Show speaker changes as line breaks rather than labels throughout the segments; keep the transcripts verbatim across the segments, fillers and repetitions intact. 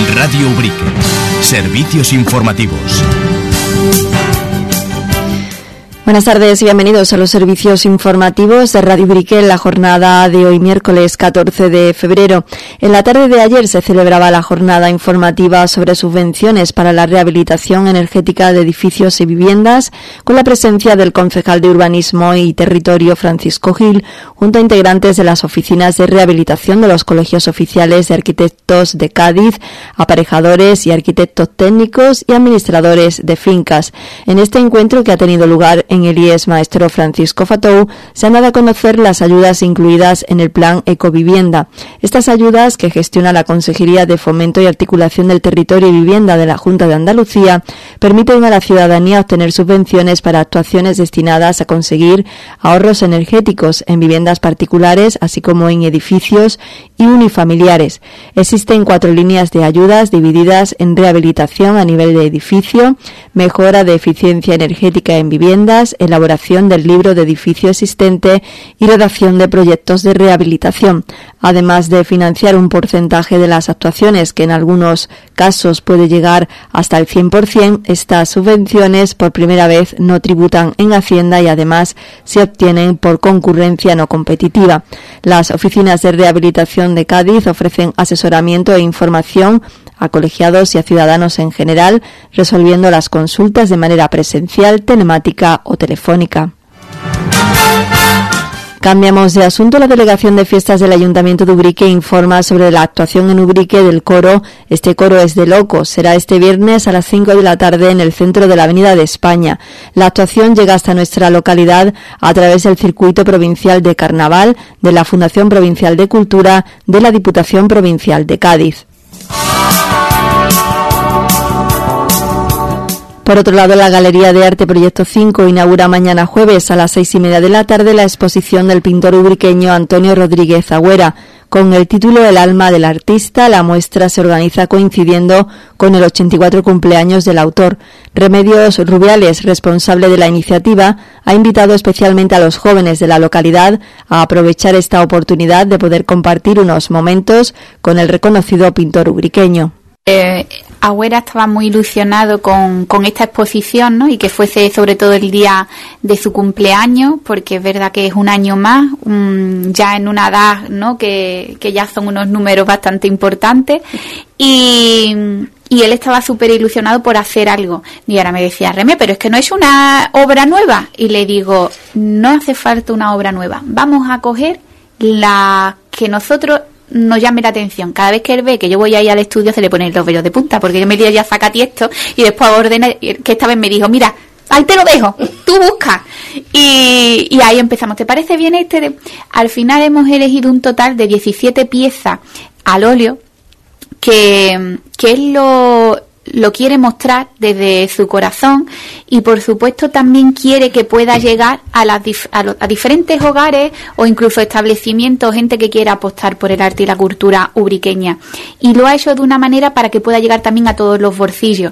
Radio Ubrique. Servicios informativos.
Buenas tardes y bienvenidos a los servicios informativos de Radio Ubrique en la jornada de hoy, miércoles catorce de febrero. En la tarde de ayer se celebraba la jornada informativa sobre subvenciones para la rehabilitación energética de edificios y viviendas, con la presencia del concejal de Urbanismo y Territorio, Francisco Gil, junto a integrantes de las oficinas de rehabilitación de los colegios oficiales de arquitectos de Cádiz, aparejadores y arquitectos técnicos y administradores de fincas. En este encuentro, que ha tenido lugar en el I E S Maestro Francisco Fatou, se han dado a conocer las ayudas incluidas en el Plan Ecovivienda. Estas ayudas, que gestiona la Consejería de Fomento y Articulación del Territorio y Vivienda de la Junta de Andalucía, permiten a la ciudadanía obtener subvenciones para actuaciones destinadas a conseguir ahorros energéticos en viviendas particulares, así como en edificios y unifamiliares. Existen cuatro líneas de ayudas divididas en rehabilitación a nivel de edificio, mejora de eficiencia energética en viviendas, elaboración del libro de edificio existente y redacción de proyectos de rehabilitación, además de financiar un porcentaje de las actuaciones, que en algunos casos puede llegar hasta el cien por ciento. Estas subvenciones por primera vez no tributan en Hacienda y además se obtienen por concurrencia no competitiva. Las oficinas de rehabilitación de Cádiz ofrecen asesoramiento e información a colegiados y a ciudadanos en general, resolviendo las consultas de manera presencial, telemática o telefónica. Cambiamos de asunto. La Delegación de Fiestas del Ayuntamiento de Ubrique informa sobre la actuación en Ubrique del coro Este Coro es de Locos. Será este viernes a las cinco de la tarde en el centro de la Avenida de España. La actuación llega hasta nuestra localidad a través del Circuito Provincial de Carnaval, de la Fundación Provincial de Cultura, de la Diputación Provincial de Cádiz. Por otro lado, la Galería de Arte Proyecto cinco inaugura mañana jueves a las seis y media de la tarde la exposición del pintor ubriqueño Antonio Rodríguez Agüera. Con el título El alma del artista, la muestra se organiza coincidiendo con el ochenta y cuatro cumpleaños del autor. Remedios Rubiales, responsable de la iniciativa, ha invitado especialmente a los jóvenes de la localidad a aprovechar esta oportunidad de poder compartir unos momentos con el reconocido pintor ubriqueño.
Eh, Agüera estaba muy ilusionado con, con esta exposición, ¿no? Y que fuese sobre todo el día de su cumpleaños, porque es verdad que es un año más, um, ya en una edad, ¿no? Que, que ya son unos números bastante importantes, y, y él estaba súper ilusionado por hacer algo. Y ahora me decía, Remé, pero es que no es una obra nueva. Y le digo, no hace falta una obra nueva, vamos a coger la que nosotros nos llame la atención. Cada vez que él ve que yo voy ahí al estudio, se le ponen los vellos de punta, porque yo me di ya sacati esto y después ordené, que esta vez me dijo, mira, ahí te lo dejo, tú busca. Y, y ahí empezamos. ¿Te parece bien este? Al final hemos elegido un total de diecisiete piezas al óleo que, que él lo... lo quiere mostrar desde su corazón, y por supuesto también quiere que pueda llegar a, las dif- a, lo- a diferentes hogares o incluso establecimientos, gente que quiera apostar por el arte y la cultura ubriqueña, y lo ha hecho de una manera para que pueda llegar también a todos los bolsillos.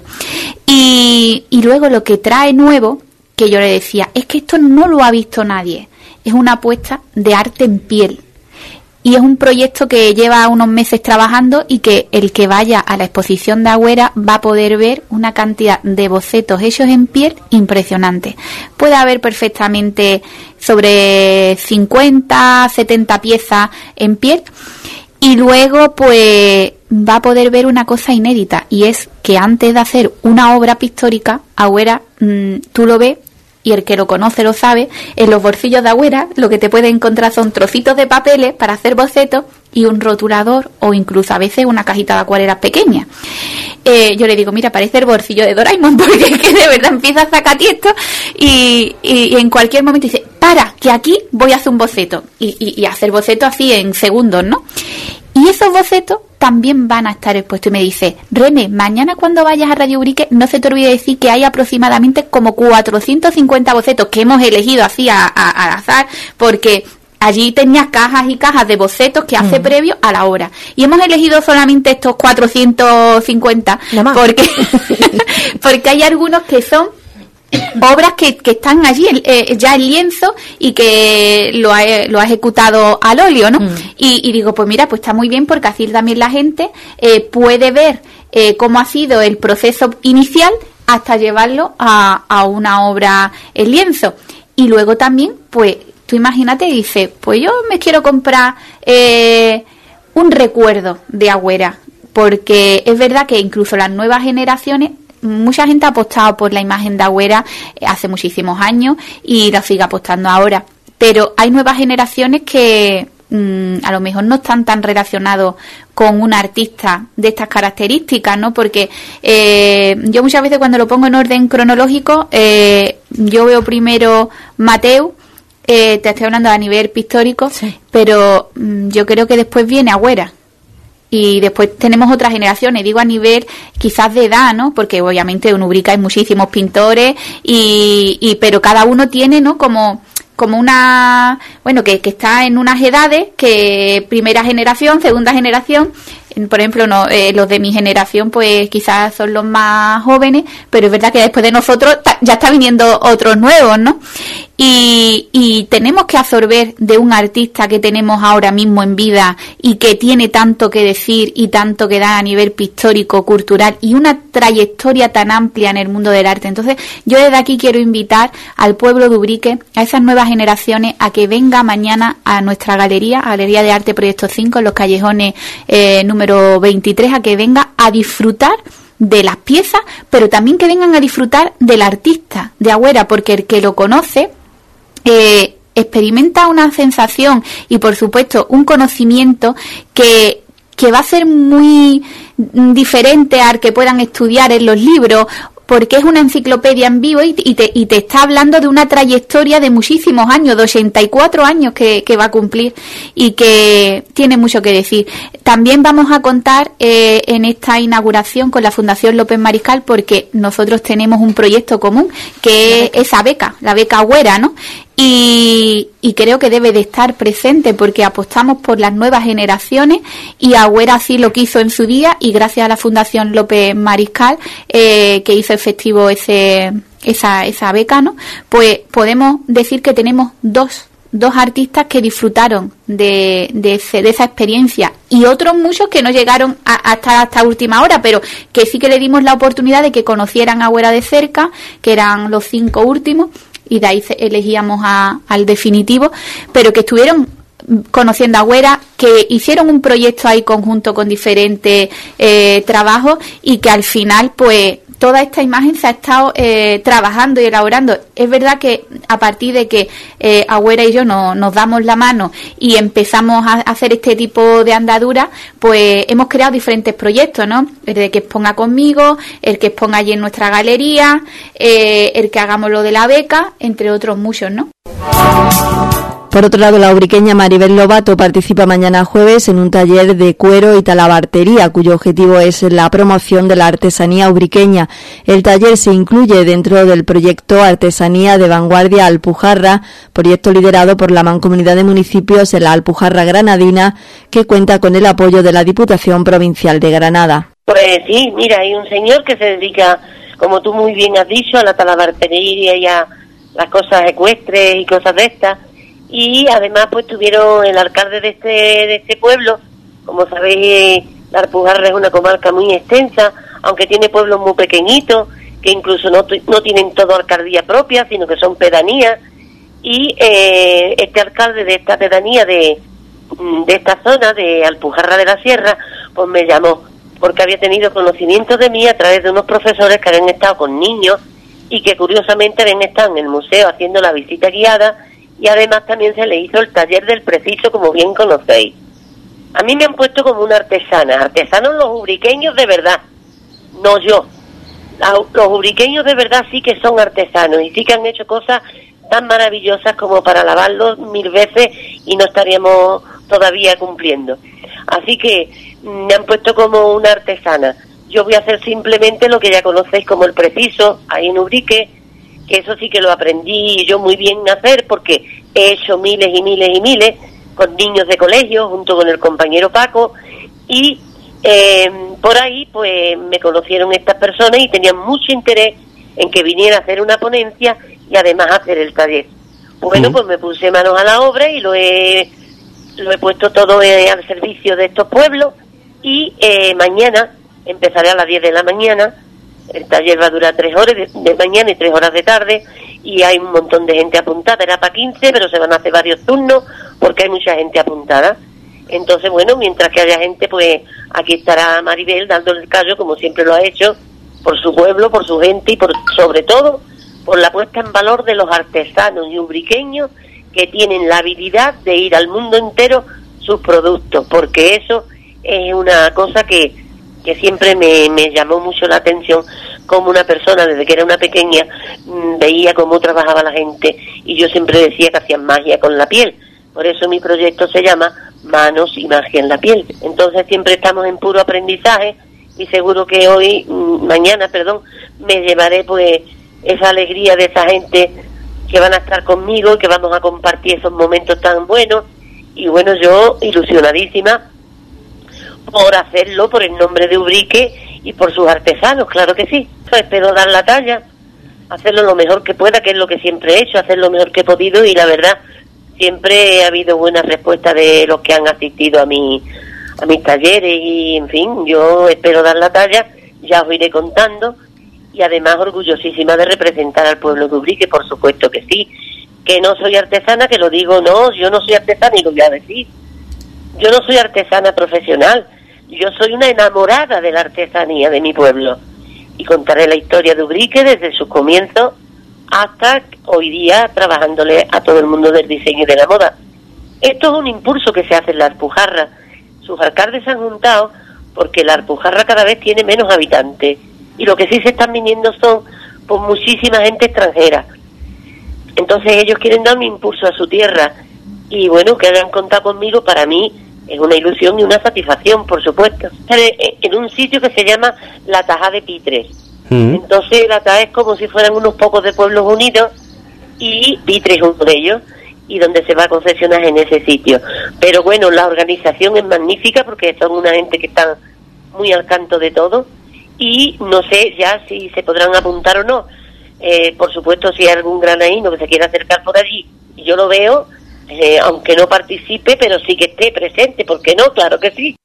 Y, y luego lo que trae nuevo, que yo le decía, es que esto no lo ha visto nadie, es una apuesta de arte en piel. Y es un proyecto que lleva unos meses trabajando, y que el que vaya a la exposición de Agüera va a poder ver una cantidad de bocetos hechos en piel impresionante. Puede haber perfectamente sobre cincuenta, setenta piezas en piel, y luego pues va a poder ver una cosa inédita, y es que antes de hacer una obra pictórica, Agüera, mmm, tú lo ves, y el que lo conoce lo sabe, en los bolsillos de Agüera lo que te puedes encontrar son trocitos de papeles para hacer bocetos y un rotulador, o incluso a veces una cajita de acuarelas pequeña. Eh, yo le digo, mira, parece el bolsillo de Doraemon, porque es que de verdad empieza a sacar esto y, y, y en cualquier momento dice, para, que aquí voy a hacer un boceto, y, y, y hacer boceto así en segundos, ¿no? Y esos bocetos también van a estar expuestos. Y me dice, René, mañana cuando vayas a Radio Ubrique, no se te olvide decir que hay aproximadamente como cuatrocientos cincuenta bocetos que hemos elegido así a, a, al azar, porque allí tenías cajas y cajas de bocetos que hace mm. previo a la obra. Y hemos elegido solamente estos cuatrocientos cincuenta porque, porque hay algunos que son obras que, que están allí eh, ya en lienzo y que lo ha, lo ha ejecutado al óleo, ¿no? Mm. Y, y digo, pues mira, pues está muy bien porque así también la gente eh, puede ver eh, cómo ha sido el proceso inicial hasta llevarlo a, a una obra en lienzo. Y luego también, pues, tú imagínate y dices, pues yo me quiero comprar eh, un recuerdo de Agüera, porque es verdad que incluso las nuevas generaciones, mucha gente ha apostado por la imagen de Agüera hace muchísimos años y la sigue apostando ahora, pero hay nuevas generaciones que mmm, a lo mejor no están tan relacionados con un artista de estas características, ¿no? Porque eh, yo muchas veces cuando lo pongo en orden cronológico, eh, yo veo primero Mateu, eh, te estoy hablando a nivel pictórico, sí. pero mmm, yo creo que después viene Agüera. Y después tenemos otras generaciones, digo a nivel quizás de edad, ¿no? Porque obviamente en Ubrique hay muchísimos pintores, y, y pero cada uno tiene, ¿no? Como, como una, bueno, que, que está en unas edades, que primera generación, segunda generación. Por ejemplo, no, eh, los de mi generación pues quizás son los más jóvenes, pero es verdad que después de nosotros ta, ya está viniendo otros nuevos, ¿no? Y, y tenemos que absorber de un artista que tenemos ahora mismo en vida y que tiene tanto que decir y tanto que dar a nivel pictórico, cultural y una trayectoria tan amplia en el mundo del arte. Entonces yo desde aquí quiero invitar al pueblo de Ubrique, a esas nuevas generaciones, a que venga mañana a nuestra galería, Galería de Arte Proyecto cinco, en los callejones eh, número veintitrés, a que venga a disfrutar de las piezas, pero también que vengan a disfrutar del artista de Agüera, porque el que lo conoce eh, experimenta una sensación y por supuesto un conocimiento que, que va a ser muy diferente al que puedan estudiar en los libros, porque es una enciclopedia en vivo y, y, te, y te está hablando de una trayectoria de muchísimos años, de ochenta y cuatro años que, que va a cumplir y que tiene mucho que decir. También vamos a contar eh, en esta inauguración con la Fundación López Mariscal, porque nosotros tenemos un proyecto común que es esa beca, la beca Agüera, ¿no? Y, y creo que debe de estar presente porque apostamos por las nuevas generaciones y Agüera así lo quiso en su día, y gracias a la Fundación López Mariscal eh, que hizo efectivo ese esa esa beca, ¿no? Pues podemos decir que tenemos dos dos artistas que disfrutaron de de, ese, de esa experiencia, y otros muchos que no llegaron a, a estar hasta última hora, pero que sí que le dimos la oportunidad de que conocieran a Agüera de cerca, que eran los cinco últimos, y de ahí elegíamos a, al definitivo, pero que estuvieron conociendo a Agüera, que hicieron un proyecto ahí conjunto con diferentes eh, trabajos, y que al final pues toda esta imagen se ha estado eh, trabajando y elaborando. Es verdad que a partir de que eh, Agüera y yo no, nos damos la mano y empezamos a hacer este tipo de andadura, pues hemos creado diferentes proyectos, ¿no? El de que exponga conmigo, el que exponga allí en nuestra galería, eh, el que hagamos lo de la beca, entre otros muchos, ¿no?
Por otro lado, la ubriqueña Maribel Lobato participa mañana jueves en un taller de cuero y talabartería, cuyo objetivo es la promoción de la artesanía ubriqueña. El taller se incluye dentro del proyecto Artesanía de Vanguardia Alpujarra, proyecto liderado por la Mancomunidad de Municipios en la Alpujarra Granadina, que cuenta con el apoyo de la Diputación Provincial de Granada.
Pues sí, mira, hay un señor que se dedica, como tú muy bien has dicho, a la talabartería y a las cosas ecuestres y cosas de estas. Y además pues tuvieron el alcalde de este de este pueblo, como sabéis, la Alpujarra es una comarca muy extensa, aunque tiene pueblos muy pequeñitos, que incluso no, no tienen toda alcaldía propia, sino que son pedanías, y eh, este alcalde de esta pedanía, de, de esta zona, de Alpujarra de la Sierra, pues me llamó, porque había tenido conocimiento de mí a través de unos profesores que habían estado con niños, y que curiosamente habían estado en el museo haciendo la visita guiada, y además también se le hizo el taller del preciso, como bien conocéis. A mí me han puesto como una artesana, artesanos los ubriqueños de verdad, no yo. Los ubriqueños de verdad sí que son artesanos y sí que han hecho cosas tan maravillosas como para alabarlos mil veces y no estaríamos todavía cumpliendo. Así que me han puesto como una artesana. Yo voy a hacer simplemente lo que ya conocéis como el preciso, ahí en Ubrique, que eso sí que lo aprendí yo muy bien a hacer porque he hecho miles y miles y miles con niños de colegio junto con el compañero Paco, y eh, por ahí pues me conocieron estas personas y tenían mucho interés en que viniera a hacer una ponencia y además hacer el taller. Bueno, pues me puse manos a la obra y lo he, lo he puesto todo eh, al servicio de estos pueblos y eh, mañana empezaré a las diez de la mañana. El taller va a durar tres horas de, de mañana y tres horas de tarde y hay un montón de gente apuntada. Era para quince, pero se van a hacer varios turnos porque hay mucha gente apuntada. Entonces, bueno, mientras que haya gente, pues aquí estará Maribel dándole el callo, como siempre lo ha hecho, por su pueblo, por su gente y por sobre todo por la puesta en valor de los artesanos y ubriqueños que tienen la habilidad de ir al mundo entero sus productos, porque eso es una cosa que, que siempre me, me llamó mucho la atención, como una persona desde que era una pequeña mmm, veía cómo trabajaba la gente y yo siempre decía que hacían magia con la piel. Por eso mi proyecto se llama Manos y Magia en la Piel. Entonces siempre estamos en puro aprendizaje y seguro que hoy, mañana, perdón, me llevaré pues esa alegría de esa gente que van a estar conmigo y que vamos a compartir esos momentos tan buenos. Y bueno, yo ilusionadísima por hacerlo, por el nombre de Ubrique y por sus artesanos, claro que sí. Espero dar la talla, hacerlo lo mejor que pueda, que es lo que siempre he hecho, hacer lo mejor que he podido y la verdad siempre ha habido buena respuesta de los que han asistido a mi a mis talleres y en fin, yo espero dar la talla, ya os iré contando y además orgullosísima de representar al pueblo de Ubrique, por supuesto que sí, que no soy artesana, que lo digo, no, yo no soy artesana y lo voy a decir, yo no soy artesana profesional, yo soy una enamorada de la artesanía de mi pueblo y contaré la historia de Ubrique desde sus comienzos hasta hoy día trabajándole a todo el mundo del diseño y de la moda. Esto es un impulso que se hace en la Alpujarra. Sus alcaldes se han juntado porque la Alpujarra cada vez tiene menos habitantes y lo que sí se están viniendo son pues muchísima gente extranjera. Entonces ellos quieren dar un impulso a su tierra y bueno, que hayan contado conmigo para mí es una ilusión y una satisfacción, por supuesto. En un sitio que se llama La Taja de Pitres. Mm. Entonces La Taja es como si fueran unos pocos de pueblos unidos y Pitres es uno de ellos y donde se va a concesionar en ese sitio. Pero bueno, la organización es magnífica porque son una gente que está muy al canto de todo y no sé ya si se podrán apuntar o no. Eh, por supuesto, si hay algún granaíno que se quiera acercar por allí y yo lo veo, eh, aunque no participe, pero sí que esté presente, ¿por qué no? Claro que sí.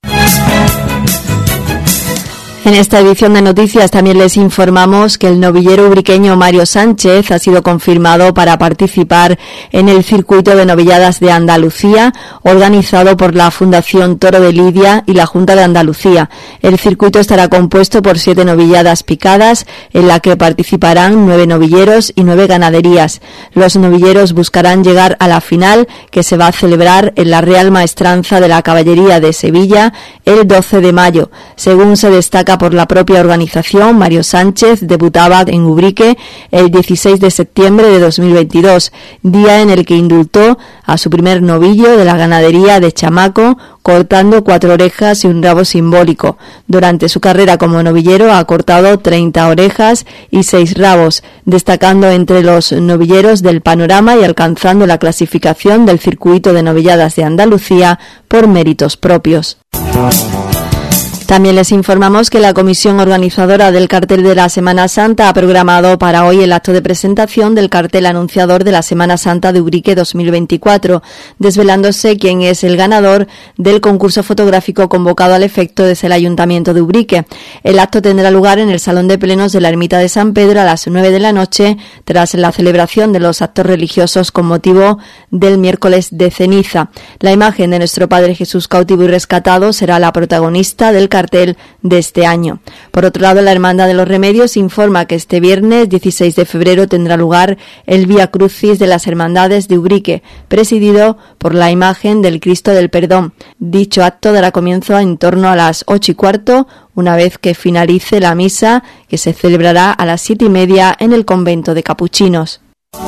En esta edición de noticias también les informamos que el novillero ubriqueño Mario Sánchez ha sido confirmado para participar en el circuito de novilladas de Andalucía organizado por la Fundación Toro de Lidia y la Junta de Andalucía. El circuito estará compuesto por siete novilladas picadas en la que participarán nueve novilleros y nueve ganaderías. Los novilleros buscarán llegar a la final que se va a celebrar en la Real Maestranza de la Caballería de Sevilla el doce de mayo. Según se destaca por la propia organización, Mario Sánchez debutaba en Ubrique el dieciséis de septiembre de dos mil veintidós, día en el que indultó a su primer novillo de la ganadería de Chamaco, cortando cuatro orejas y un rabo simbólico. Durante su carrera como novillero ha cortado treinta orejas y seis rabos, destacando entre los novilleros del panorama y alcanzando la clasificación del circuito de novilladas de Andalucía por méritos propios. También les informamos que la comisión organizadora del cartel de la Semana Santa ha programado para hoy el acto de presentación del cartel anunciador de la Semana Santa de Ubrique dos mil veinticuatro, desvelándose quién es el ganador del concurso fotográfico convocado al efecto desde el Ayuntamiento de Ubrique. El acto tendrá lugar en el Salón de Plenos de la Ermita de San Pedro a las nueve de la noche, tras la celebración de los actos religiosos con motivo del miércoles de ceniza. La imagen de nuestro Padre Jesús cautivo y rescatado será la protagonista del cartel cartel de este año. Por otro lado, la Hermandad de los Remedios informa que este viernes dieciséis de febrero tendrá lugar el Vía Crucis de las Hermandades de Ubrique, presidido por la imagen del Cristo del Perdón. Dicho acto dará comienzo en torno a las ocho y cuarto, una vez que finalice la misa, que se celebrará a las siete y media en el convento de Capuchinos.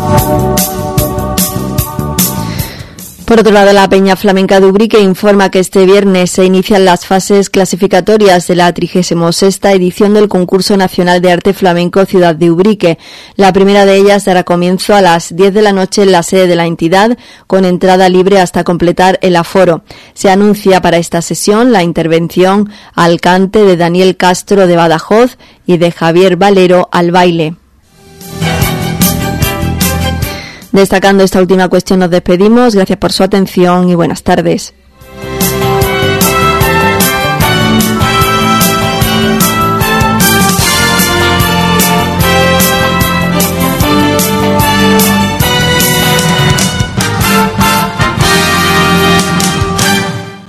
Por otro lado, la Peña Flamenca de Ubrique informa que este viernes se inician las fases clasificatorias de la trigésima sexta edición del Concurso Nacional de Arte Flamenco Ciudad de Ubrique. La primera de ellas dará comienzo a las diez de la noche en la sede de la entidad, con entrada libre hasta completar el aforo. Se anuncia para esta sesión la intervención al cante de Daniel Castro de Badajoz y de Javier Valero al baile. Destacando esta última cuestión nos despedimos. Gracias por su atención y buenas tardes.